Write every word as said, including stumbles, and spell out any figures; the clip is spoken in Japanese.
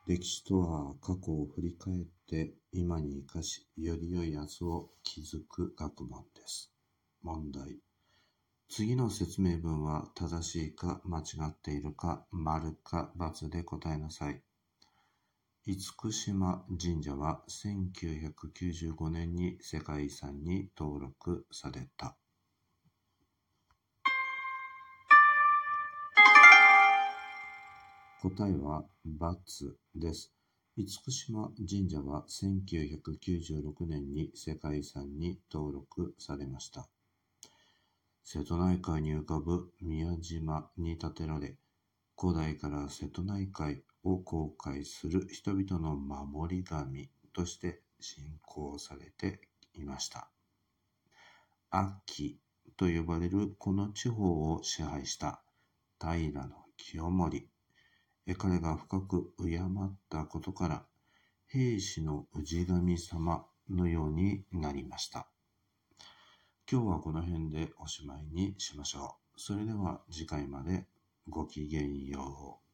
歴史とは過去を振り返って今に生かし、より良い明日を築く学問です。問題。次の説明文は正しいか間違っているか、丸か×で答えなさい。厳島神社はせんきゅうひゃくきゅうじゅうごねんに世界遺産に登録された。答えは×です。厳島神社はせんきゅうひゃくきゅうじゅうろくねんに世界遺産に登録されました。瀬戸内海に浮かぶ宮島に建てられ、古代から瀬戸内海を航海する人々の守り神として信仰されていました。安芸と呼ばれるこの地方を支配した平清盛。彼が深く敬ったことから、平氏の氏神様のようになりました。今日はこの辺でおしまいにしましょう。それでは次回までごきげんよう。